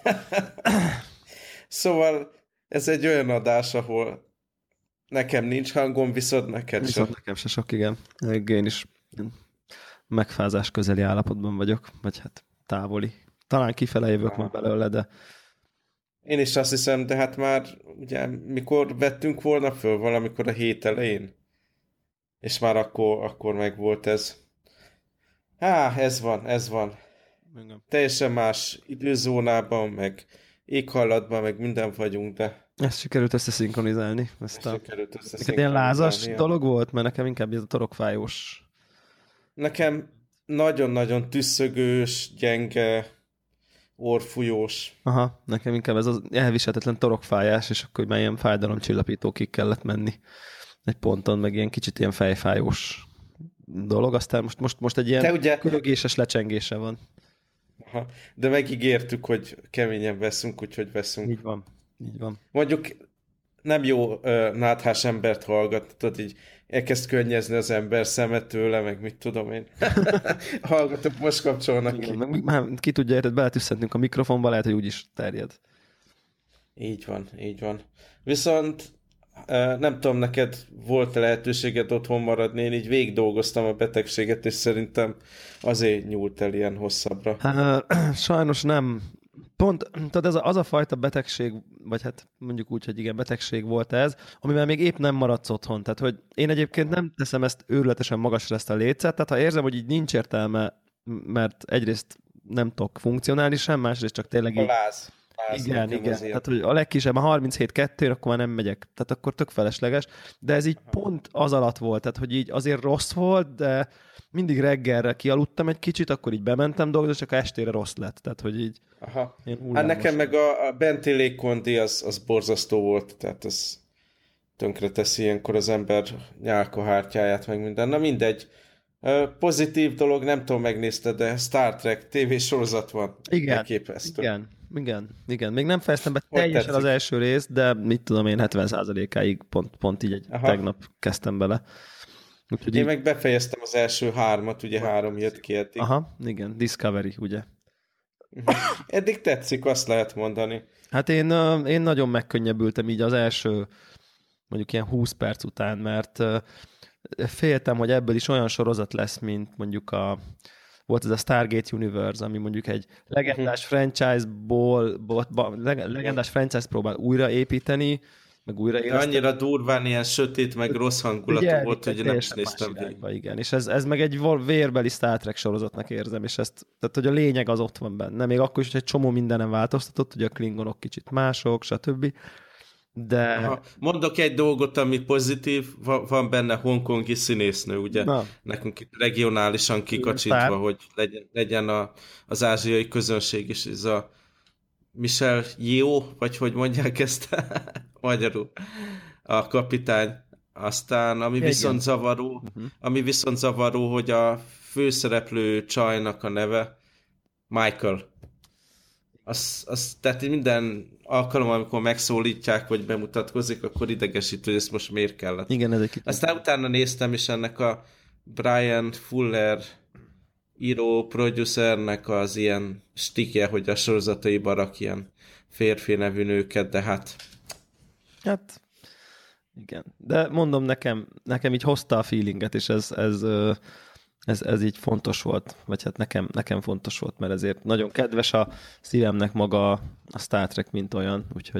Szóval ez egy olyan adás, ahol nekem nincs hangom, viszont neked Viszont se. nekem se sok, igen. Én is megfázás közeli állapotban vagyok, vagy hát távoli. Talán kifele jövök már Aha. belőle, de Én is azt hiszem, de hát már ugye mikor vettünk volna föl? Valamikor a hét elején? És már akkor meg volt ez. Ez van, ez van. igen. Teljesen más időzónában, meg éghajlatban, meg minden vagyunk, de Ezt sikerült összeszinkronizálni. ezt sikerült Neked ilyen lázas összeszinkronizálni. dolog volt? Mert nekem inkább ez a torokfájós. Nekem nagyon-nagyon tüsszögős, gyenge, orfújós. Aha, nekem inkább ez az elviselhetetlen torokfájás, és akkor már ilyen fájdalomcsillapítókig kellett menni egy ponton, meg ilyen kicsit ilyen fejfájós dolog. Aztán most egy Te ilyen ugye, köhögéses lecsengése van. aha, de megígértük, hogy keményen veszünk, úgyhogy veszünk. Így van. Így van. Mondjuk nem jó náthás embert hallgatni, tudod, így elkezd könnyezni az ember szemet tőle, meg mit tudom én. Hallgatok, most kapcsolnak Igen, ki. meg már ki tudja, érted, beletűzhetünk a mikrofonba, lehet, hogy úgyis terjed. Így van, így van. Viszont nem tudom, neked volt-e lehetőséged otthon maradni, én így végig dolgoztam a betegséget, és szerintem azért nyúlt el ilyen hosszabbra. Sajnos nem. Pont, tehát az a fajta betegség, vagy hát mondjuk úgy, hogy igen, betegség volt ez, amivel még épp nem maradsz otthon. Tehát, hogy én egyébként nem teszem ezt őrületesen magasra ezt a lécet, tehát ha érzem, hogy így nincs értelme, mert egyrészt nem tudok funkcionálni sem, másrészt csak tényleg A így. láz Igen, nekem igen. az ilyen. Tehát, hogy a legkisebb, a 37-2, akkor már nem megyek. Tehát akkor tök felesleges. De ez így pont az alatt volt, tehát, hogy így azért rossz volt, de mindig reggelre kialudtam egy kicsit, akkor így bementem dolgozni, csak estére rossz lett. Tehát, hogy így Aha. ilyen Hát nekem hullámos. meg a benti légkondi az borzasztó volt, tehát az tönkre teszi ilyenkor az ember nyálkahártyáját, meg minden. Na mindegy. Pozitív dolog, nem tudom, megnézted, de Star Trek tévésorozat van. Igen, Elképesztő. igen. Még nem fejeztem be Hogy teljesen az tetszik? első részt, de mit tudom én, 70%-áig pont így Aha. tegnap kezdtem bele. Úgyhogy Én így, meg befejeztem az első hármat, ugye hogy 3 jött tetszik. ki eddig. Aha, igen, Discovery, ugye. Mhm. Eddig tetszik, azt lehet mondani. Hát én nagyon megkönnyebbültem így az első mondjuk ilyen 20 perc után, mert féltem, hogy ebből is olyan sorozat lesz, mint mondjuk volt ez a Stargate Universe, ami mondjuk egy Mhm. legendás franchise próbál újraépíteni, meg De újraéleszteni. annyira durván ilyen sötét, meg rossz hangulatú Ugye volt, hogy nem is teljesen más néztem végig. irányba, igen. És ez meg egy vérbeli Star Trek sorozatnak érzem, és tehát, hogy a lényeg az ott van benne. Még akkor is, hogy egy csomó mindenem változtatott, hogy a klingonok kicsit mások, stb. De Aha. Mondok egy dolgot, ami pozitív, van benne hongkongi színésznő, ugye? na, Nekünk itt regionálisan kikacsintva, sztár. hogy legyen az ázsiai közönség is, ez a Michel Yeoh, vagy hogy mondják ezt magyarul, a kapitány. Aztán, Ja, igen. Uh-huh. ami viszont zavaró, hogy a főszereplő csajnak a neve Michael. Tehát minden alkalom, amikor megszólítják, vagy bemutatkozik, akkor idegesítő, hogy ezt most miért kellett. Igen, ez egy kicsit. Aztán utána néztem is ennek a Brian Fuller író, producernek az ilyen stikje, hogy a sorozataiba rak ilyen férfi nevű nőket, de hát Hát, igen. De mondom, nekem így hozta a feelinget, és ez így fontos volt, vagy hát nekem fontos volt, mert ezért nagyon kedves a szívemnek maga a Star Trek, mint olyan, úgyhogy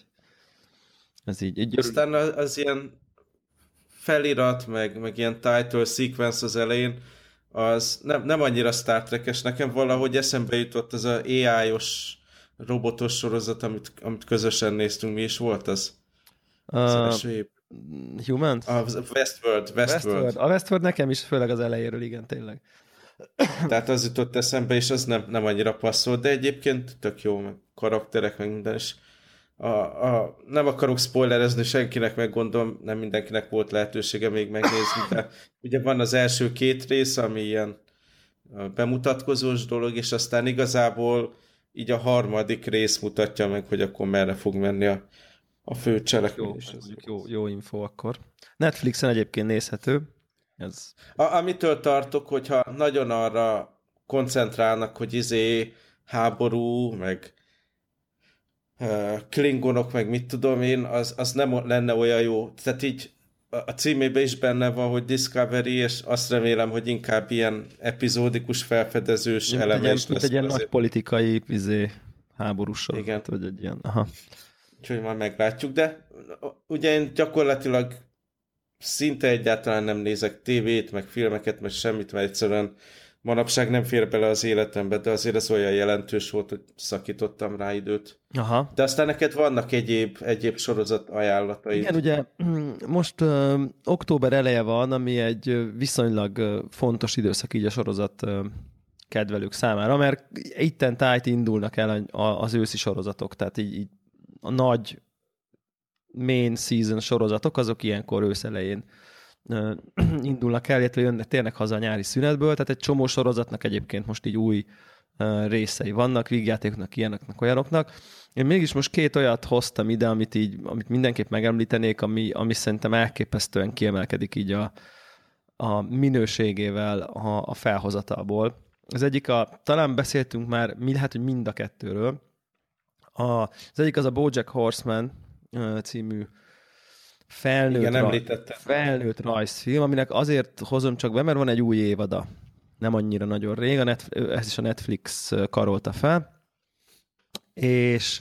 így örülök. aztán az ilyen felirat, meg ilyen title sequence az elején, az nem annyira Star Trek-es, nekem valahogy eszembe jutott az a AI-os robotos sorozat, amit közösen néztünk, mi is volt az? Az Uh, első év. Humans? A Westworld. A Westworld nekem is, főleg az elejéről, igen, tényleg. Tehát az jutott eszembe, és az nem annyira passzol, de egyébként tök jó, meg karakterek, meg minden, és nem akarok spoilerezni senkinek, meg gondolom, nem mindenkinek volt lehetősége még megnézni, de ugye van az első két rész, ami ilyen bemutatkozós dolog, és aztán igazából így a harmadik rész mutatja meg, hogy akkor merre fog menni a fő Jó, cselekvés. mondjuk jó info akkor. Netflixen egyébként nézhető. Ez... Amitől tartok, hogyha nagyon arra koncentrálnak, hogy háború, meg klingonok, meg mit tudom én, az nem lenne olyan jó. Tehát így a címében is benne van, hogy Discovery, és azt remélem, hogy inkább ilyen epizódikus, felfedezős eleme is Mint lesz egy ilyen nagy azért. politikai háborús Igen. sorozat, vagy egy ilyen, aha. Úgyhogy majd meglátjuk, de ugye én gyakorlatilag szinte egyáltalán nem nézek tévét, meg filmeket, meg semmit, mert egyszerűen manapság nem fér bele az életembe, de azért ez olyan jelentős volt, hogy szakítottam rá időt. Aha. De aztán neked vannak egyéb sorozat ajánlataid. Igen, ugye most október eleje van, ami egy viszonylag fontos időszak így a sorozat kedvelők számára, mert itten tájt indulnak el az őszi sorozatok, tehát így a nagy main season sorozatok, azok ilyenkor ősz elején indulnak el, illetve jönnek, térnek haza a nyári szünetből, tehát egy csomó sorozatnak egyébként most így új részei vannak, vígjátékoknak, ilyeneknek, olyanoknak. Én mégis most két olyat hoztam ide, amit mindenképp megemlítenék, ami szerintem elképesztően kiemelkedik így a minőségével a felhozatalból. Az egyik talán beszéltünk már, lehet, hogy mind a kettőről. Az egyik az a BoJack Horseman című felnőtt rajzfilm, aminek azért hozom csak be, mert van egy új évada. Nem annyira nagyon rég, ez is a Netflix karolta fel, és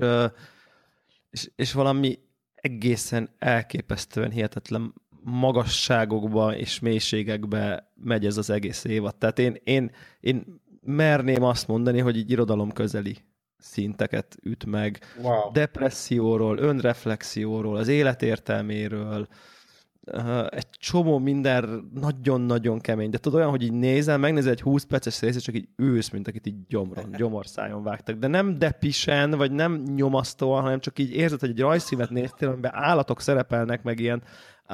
valami egészen elképesztően hihetetlen magasságokba és mélységekbe megy ez az egész évad. Tehát én merném azt mondani, hogy így irodalom közeli szinteket üt meg. Wow. Depresszióról, önreflexióról, az életértelméről, egy csomó minden nagyon-nagyon kemény. De tudod, olyan, hogy így megnézel egy 20 perces részt, és csak így ülsz, mint akit így gyomorszájon vágtak. De nem depisen, vagy nem nyomasztóan, hanem csak így érzed, hogy egy rajzfilmet néztél, amiben állatok szerepelnek, meg ilyen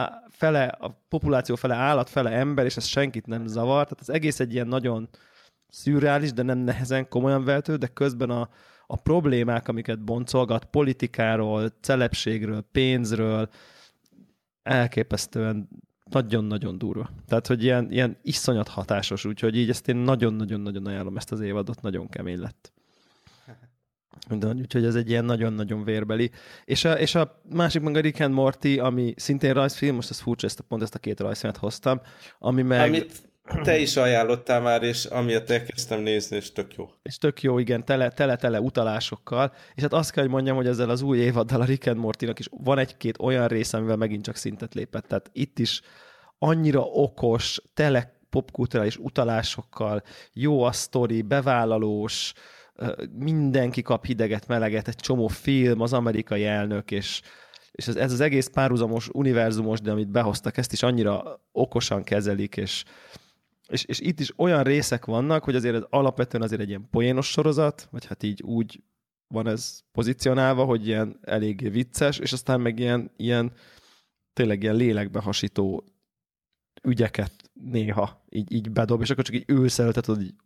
a populáció fele állat, fele ember, és ez senkit nem zavar. Tehát az egész egy ilyen nagyon szürreális, de nem nehezen komolyan vehető, de közben a problémák, amiket boncolgat, politikáról, celebségről, pénzről, elképesztően nagyon-nagyon durva. Tehát, hogy ilyen iszonyat hatásos, úgyhogy így ezt én nagyon-nagyon-nagyon ajánlom, ezt az évadot, nagyon kemény lett. Úgyhogy ez egy ilyen nagyon-nagyon vérbeli. És a másik meg a Rick and Morty, ami szintén rajzfilm, most ez furcsa, ezt a két rajzfilmet hoztam, ami meg... Amit te is ajánlottál már, és amiatt elkezdtem nézni, és tök jó. És tök jó, igen, tele utalásokkal. És hát azt kell, hogy mondjam, hogy ezzel az új évaddal a Rick and Mortynak is van egy-két olyan rész, amivel megint csak szintet lépett. Tehát itt is annyira okos, tele popkulturális utalásokkal, jó a sztori, bevállalós, mindenki kap hideget, meleget, egy csomó film, az amerikai elnök, és ez az egész párhuzamos, univerzumos, de amit behoztak, ezt is annyira okosan kezelik, és itt is olyan részek vannak, hogy azért ez alapvetően azért egy ilyen poénos sorozat, vagy hát így úgy van ez pozícionálva, hogy ilyen eléggé vicces, és aztán meg ilyen tényleg ilyen lélekbe hasító ügyeket néha így bedob, és akkor csak így ülsz előtt, hogy így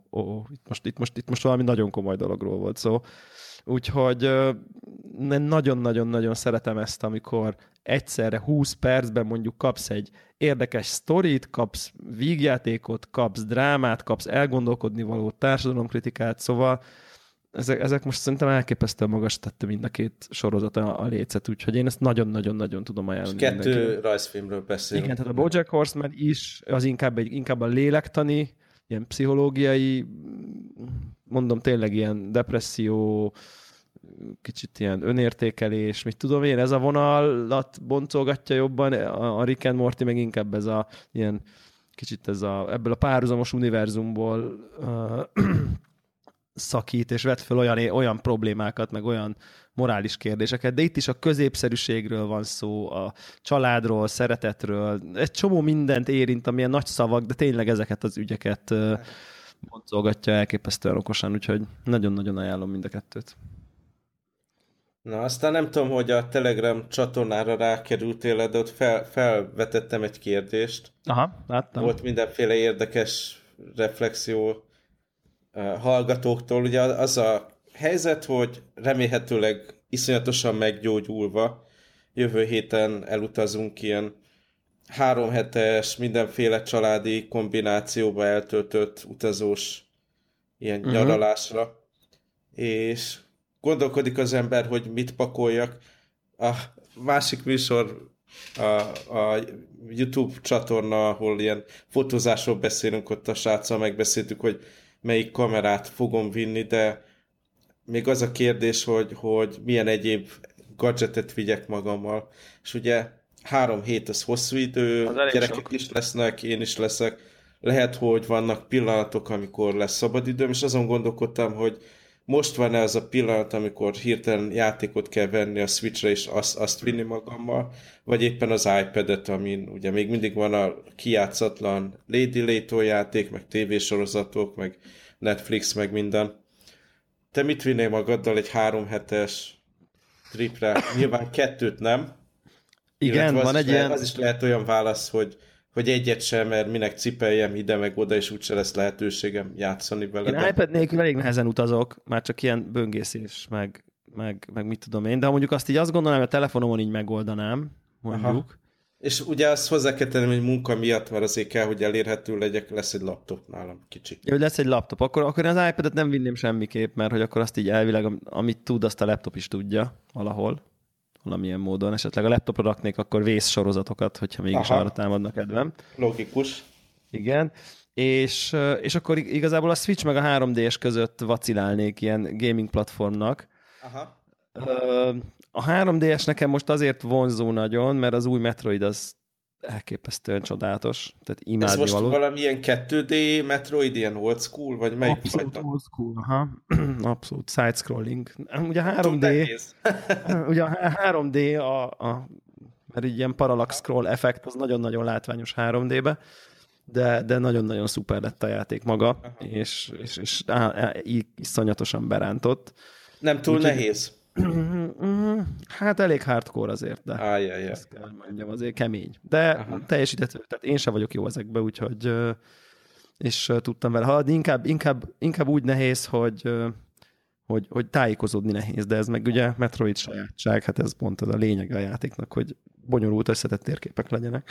itt most valami nagyon komoly dologról volt szó. Úgyhogy nagyon-nagyon-nagyon szeretem ezt, amikor egyszerre 20 percben mondjuk kapsz egy érdekes sztorit, kapsz vígjátékot, kapsz drámát, kapsz elgondolkodni való társadalomkritikát, szóval ezek most szerintem elképesztően magas tette mind a két sorozat a lécet, úgyhogy én ezt nagyon-nagyon-nagyon tudom ajánlani. És kettő rajzfilmről beszélünk. Igen, tehát a BoJack Horseman is, az inkább a lélektani, ilyen pszichológiai, mondom tényleg ilyen depresszió, kicsit ilyen önértékelés, mit tudom én, ez a vonalat boncolgatja jobban, a Rick and Morty meg inkább ez a ilyen kicsit ebből a párhuzamos univerzumból szakít, és vet fel olyan problémákat, meg olyan morális kérdéseket, de itt is a középszerűségről van szó, a családról, szeretetről, egy csomó mindent érint, amilyen nagy szavak, de tényleg ezeket az ügyeket boncolgatja elképesztően okosan, úgyhogy nagyon-nagyon ajánlom mind a kettőt. Na, aztán nem tudom, hogy a Telegram csatornára rákerültél, de ott felvetettem egy kérdést. Aha, láttam. Volt mindenféle érdekes reflexió hallgatóktól. Ugye az a helyzet, hogy remélhetőleg iszonyatosan meggyógyulva jövő héten elutazunk ilyen 3 hetes, mindenféle családi kombinációba eltöltött utazós ilyen nyaralásra. És gondolkodik az ember, hogy mit pakoljak. A másik műsor a YouTube csatorna, ahol ilyen fotózásról beszélünk, ott a sráccal megbeszéltük, hogy melyik kamerát fogom vinni, de még az a kérdés, hogy milyen egyéb gadgetet vigyek magammal. És ugye 3 hét az hosszú idő, gyerekek sok. Is lesznek, én is leszek. Lehet, hogy vannak pillanatok, amikor lesz szabadidőm, és azon gondolkodtam, hogy most van-e az a pillanat, amikor hirtelen játékot kell venni a Switchre, és azt vinni magammal, vagy éppen az iPad-et, amin ugye még mindig van a kijátszatlan Lady Layton játék, meg tévésorozatok, meg Netflix, meg minden. Te mit vinnél magaddal egy 3 hetes tripre? Nyilván 2 nem. Igen, van egy ilyen... Az is lehet olyan válasz, hogy egyet sem, mert minek cipeljem ide meg oda, és úgyse lesz lehetőségem játszani vele. Én iPad nélkül elég nehezen utazok, már csak ilyen böngészés, meg mit tudom én, de ha mondjuk azt így azt gondolom, hogy a telefonomon így megoldanám, mondjuk. Aha. És ugye azt hozzá kell tenni, hogy munka miatt, mert azért kell, hogy elérhető legyek, lesz egy laptop nálam kicsi. Ja, hogy lesz egy laptop, akkor az iPad-et nem vinném semmiképp, mert hogy akkor azt így elvileg, amit tud, azt a laptop is tudja valahol, valamilyen módon. Esetleg a laptopra raknék akkor vészsorozatokat, hogyha mégis arra támadnak kedvem. Logikus. Igen. És akkor igazából a Switch meg a 3D-s között vacilálnék ilyen gaming platformnak. Aha. A 3D-es nekem most azért vonzó nagyon, mert az új Metroid az elképesztően csodálatos. Tehát imádni ez most való. Valamilyen 2D Metroid, ilyen old school, vagy melyik? Abszolút old school, aha. Abszolút side-scrolling. Ugye a 3D, ugye a 3D, mert így ilyen parallax scroll effekt, az nagyon-nagyon látványos 3D-be, de nagyon-nagyon szuper lett a játék maga, és iszonyatosan berántott. Nem túl nehéz. Hát elég hardcore azért, de ezt kell mondjam, azért kemény. De teljesíthető, tehát én sem vagyok jó ezekbe, úgyhogy és tudtam vele haladni. Inkább úgy nehéz, hogy tájékozódni nehéz, de ez meg ugye Metroid sajátság, hát ez pont az a lényege a játéknak, hogy bonyolult összetett térképek legyenek.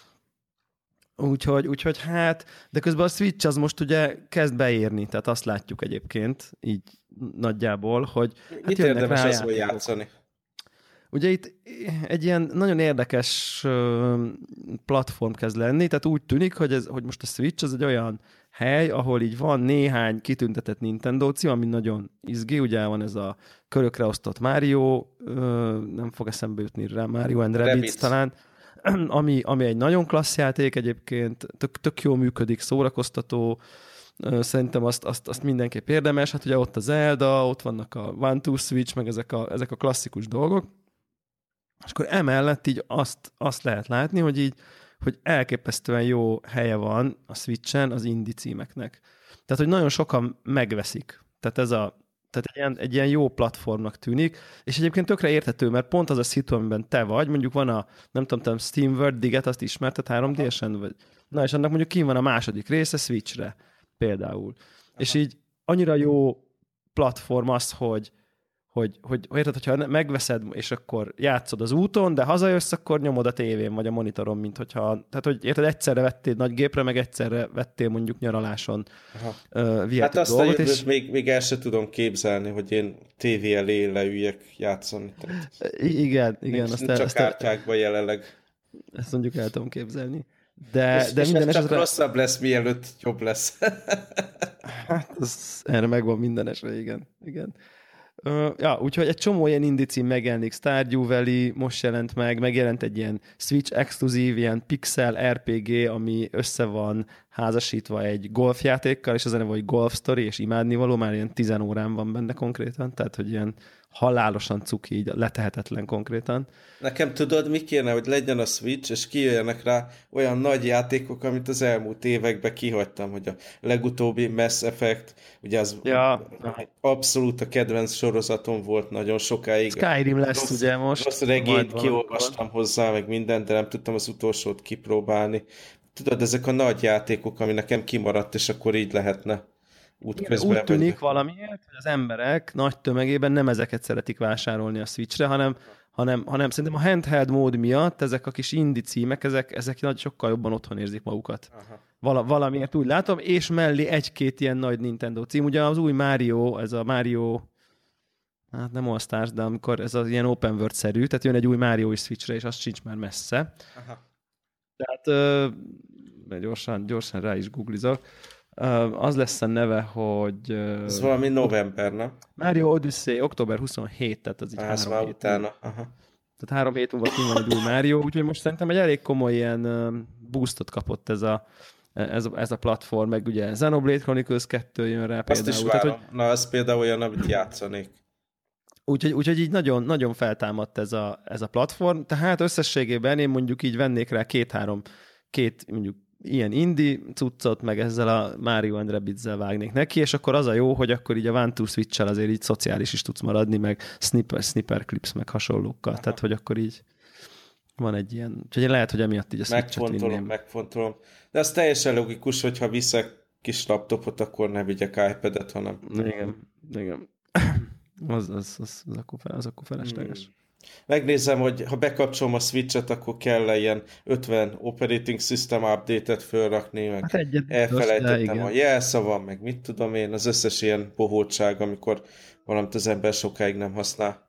Úgyhogy hát, de közben a Switch az most ugye kezd beérni, tehát azt látjuk egyébként, így nagyjából, hogy hát mit érdemes azon játszani? Ugye itt egy ilyen nagyon érdekes platform kezd lenni, tehát úgy tűnik, hogy most a Switch az egy olyan hely, ahol így van néhány kitüntetett Nintendo cím, ami nagyon izgi, ugye van ez a körökre osztott Mario, nem fog eszembe jutni rá, Mario and Rabbids talán, ami egy nagyon klassz játék egyébként, tök jól működik, szórakoztató, szerintem azt mindenképp érdemes, hát ugye ott a Zelda, ott vannak a One-Two Switch, meg ezek a klasszikus dolgok, és akkor emellett így azt lehet látni, hogy elképesztően jó helye van a Switchen az indie címeknek. Tehát, hogy nagyon sokan megveszik. Tehát egy ilyen jó platformnak tűnik, és egyébként tökre érthető, mert pont az a szitu, amiben te vagy, mondjuk van a, nem tudom, SteamWorld Diget, azt ismerted 3D-sen? Vagy? Na, és annak mondjuk kín van a második része Switchre például. Aha. És így annyira jó platform az, hogy érted, hogyha megveszed, és akkor játszod az úton, de hazajössz, akkor nyomod a tévén, vagy a monitoron, mint hogyha, tehát hogy érted, egyszerre vettél nagy gépre, meg egyszerre vettél mondjuk nyaraláson hát azt dolgot, a jövőt és... még el sem tudom képzelni, hogy én tévé elé leüljek játszani. Tehát igen. Csak kártyákban jelenleg. Ezt mondjuk el tudom képzelni. De minden esetre... csak rosszabb lesz, mielőtt jobb lesz. Hát erre megvan minden esetre, igen. Úgyhogy egy csomó ilyen indie cím megjelenik, Stardew Valley most jelent megjelent egy ilyen Switch exkluzív, ilyen pixel RPG, ami össze van házasítva egy golfjátékkal, és az a neve, hogy Golf Story, és imádnivaló, már ilyen 10 órán van benne konkrétan, tehát hogy ilyen halálosan cuki, így letehetetlen konkrétan. Nekem tudod, mi kéne, hogy legyen a Switch, és kijöjjenek rá olyan nagy játékok, amit az elmúlt években kihagytam, hogy a legutóbbi Mass Effect, ugye az abszolút a kedvenc sorozatom volt nagyon sokáig. Skyrim lesz ugye most. Rossz regényt kiolvastam hozzá, meg mindent, de nem tudtam az utolsót kipróbálni. Tudod, ezek a nagy játékok, ami nekem kimaradt, és akkor így lehetne. Úgy tűnik valamiért, hogy az emberek nagy tömegében nem ezeket szeretik vásárolni a Switchre, hanem szerintem a handheld mód miatt ezek a kis indie címek, ezek nagy sokkal jobban otthon érzik magukat. Valamiért úgy látom, és mellé egy-két ilyen nagy Nintendo cím. Ugye az új Mario, ez a Mario hát nem All Stars, de amikor ez az ilyen open world-szerű, tehát jön egy új Mario is Switchre, és az sincs már messze. Aha. Tehát gyorsan rá is googlizok. Az lesz a neve, hogy... Ez valami november, nem? Mario Odyssey, október 27, tehát az így 3 hét utána. Aha. Tehát 3 hét múlva kint van egy új Mario, úgyhogy most szerintem egy elég komoly ilyen boostot kapott ez a platform, meg ugye Xenoblade Chronicles 2 jön rá például. Azt is várom. Tehát, na, ez például olyan, amit játszanék. Úgyhogy így nagyon, nagyon feltámadt ez a platform, tehát összességében én mondjuk így vennék rá két mondjuk ilyen indie cuccot, meg ezzel a Mario and Rabbids-zel vágnék neki, és akkor az a jó, hogy akkor így a One to Switch-el azért így szociális is tudsz maradni, meg snipper clips, meg hasonlókkal. Aha. Tehát, hogy akkor így van egy ilyen... Úgyhogy lehet, hogy emiatt így a Switch-et vinném. Megfontolom. De az teljesen logikus, hogyha viszek kis laptopot, akkor ne vigyek iPad-et, hanem... Igen. Az akkor felesleges. Megnézem, hogy ha bekapcsolom a Switch-et, akkor kell ilyen 50 operating system update-et fölrakni, meg hát elfelejtettem a jelszavam, meg mit tudom én, az összes ilyen bohótság, amikor valamit az ember sokáig nem használ.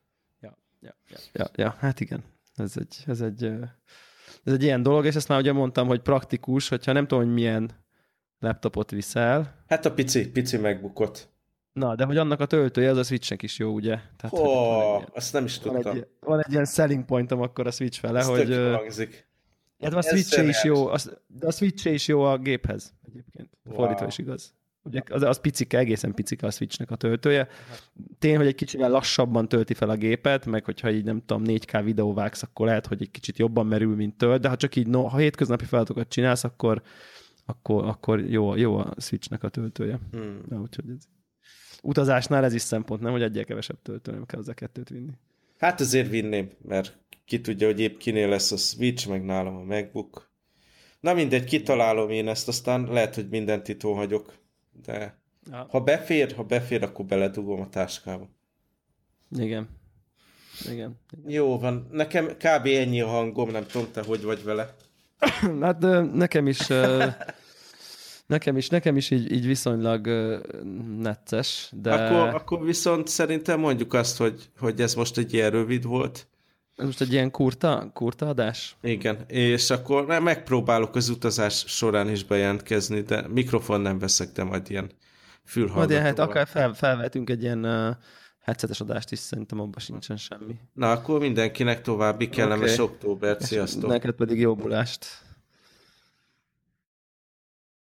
Ja, hát igen. Ez egy ilyen dolog, és ezt már ugye mondtam, hogy praktikus, hogyha nem tudom, hogy milyen laptopot viszel. Hát a pici MacBookot. Na, de hogy annak a töltője, az a Switchnek is jó, ugye? Tehát, azt nem is tudtam. Van egy ilyen selling pointom akkor a Switch fele, ez hogy... hangzik. Hát a Switch is jó, de a Switch is jó a géphez egyébként. Fordítva is igaz. Ugye az picike, egészen picike a Switchnek a töltője. Tény, hogy egy kicsivel lassabban tölti fel a gépet, meg hogyha így nem tudom, 4K videó vágsz, akkor lehet, hogy egy kicsit jobban merül, mint tölt, de ha csak így, ha hétköznapi feladatokat csinálsz, akkor jó a Switchnek a töltője. Na, úgyhogy ez... Utazásnál ez is szempont, nem, hogy egyel kevesebb töltő, nem kell hozzá 2-t vinni. Hát azért vinném, mert ki tudja, hogy épp kinél lesz a Switch, meg nálam a MacBook. Na mindegy, kitalálom én ezt, aztán lehet, hogy mindent itthon hagyok, de ha befér, akkor beledugom a táskába. Igen. Jó van, nekem kb. Ennyi a hangom, nem tudom, te hogy vagy vele. Hát nekem is így viszonylag necces, de... Akkor viszont szerintem mondjuk azt, hogy ez most egy ilyen rövid volt. Ez most egy ilyen kurta adás? Igen, és akkor megpróbálok az utazás során is bejelentkezni, de mikrofon nem veszek, de majd ilyen fülhallgatóval. Hát akár felvetünk egy ilyen headsetes adást is, szerintem abban sincsen semmi. Na, akkor mindenkinek további kellemes októbert, sziasztok! Neked pedig jó bulást!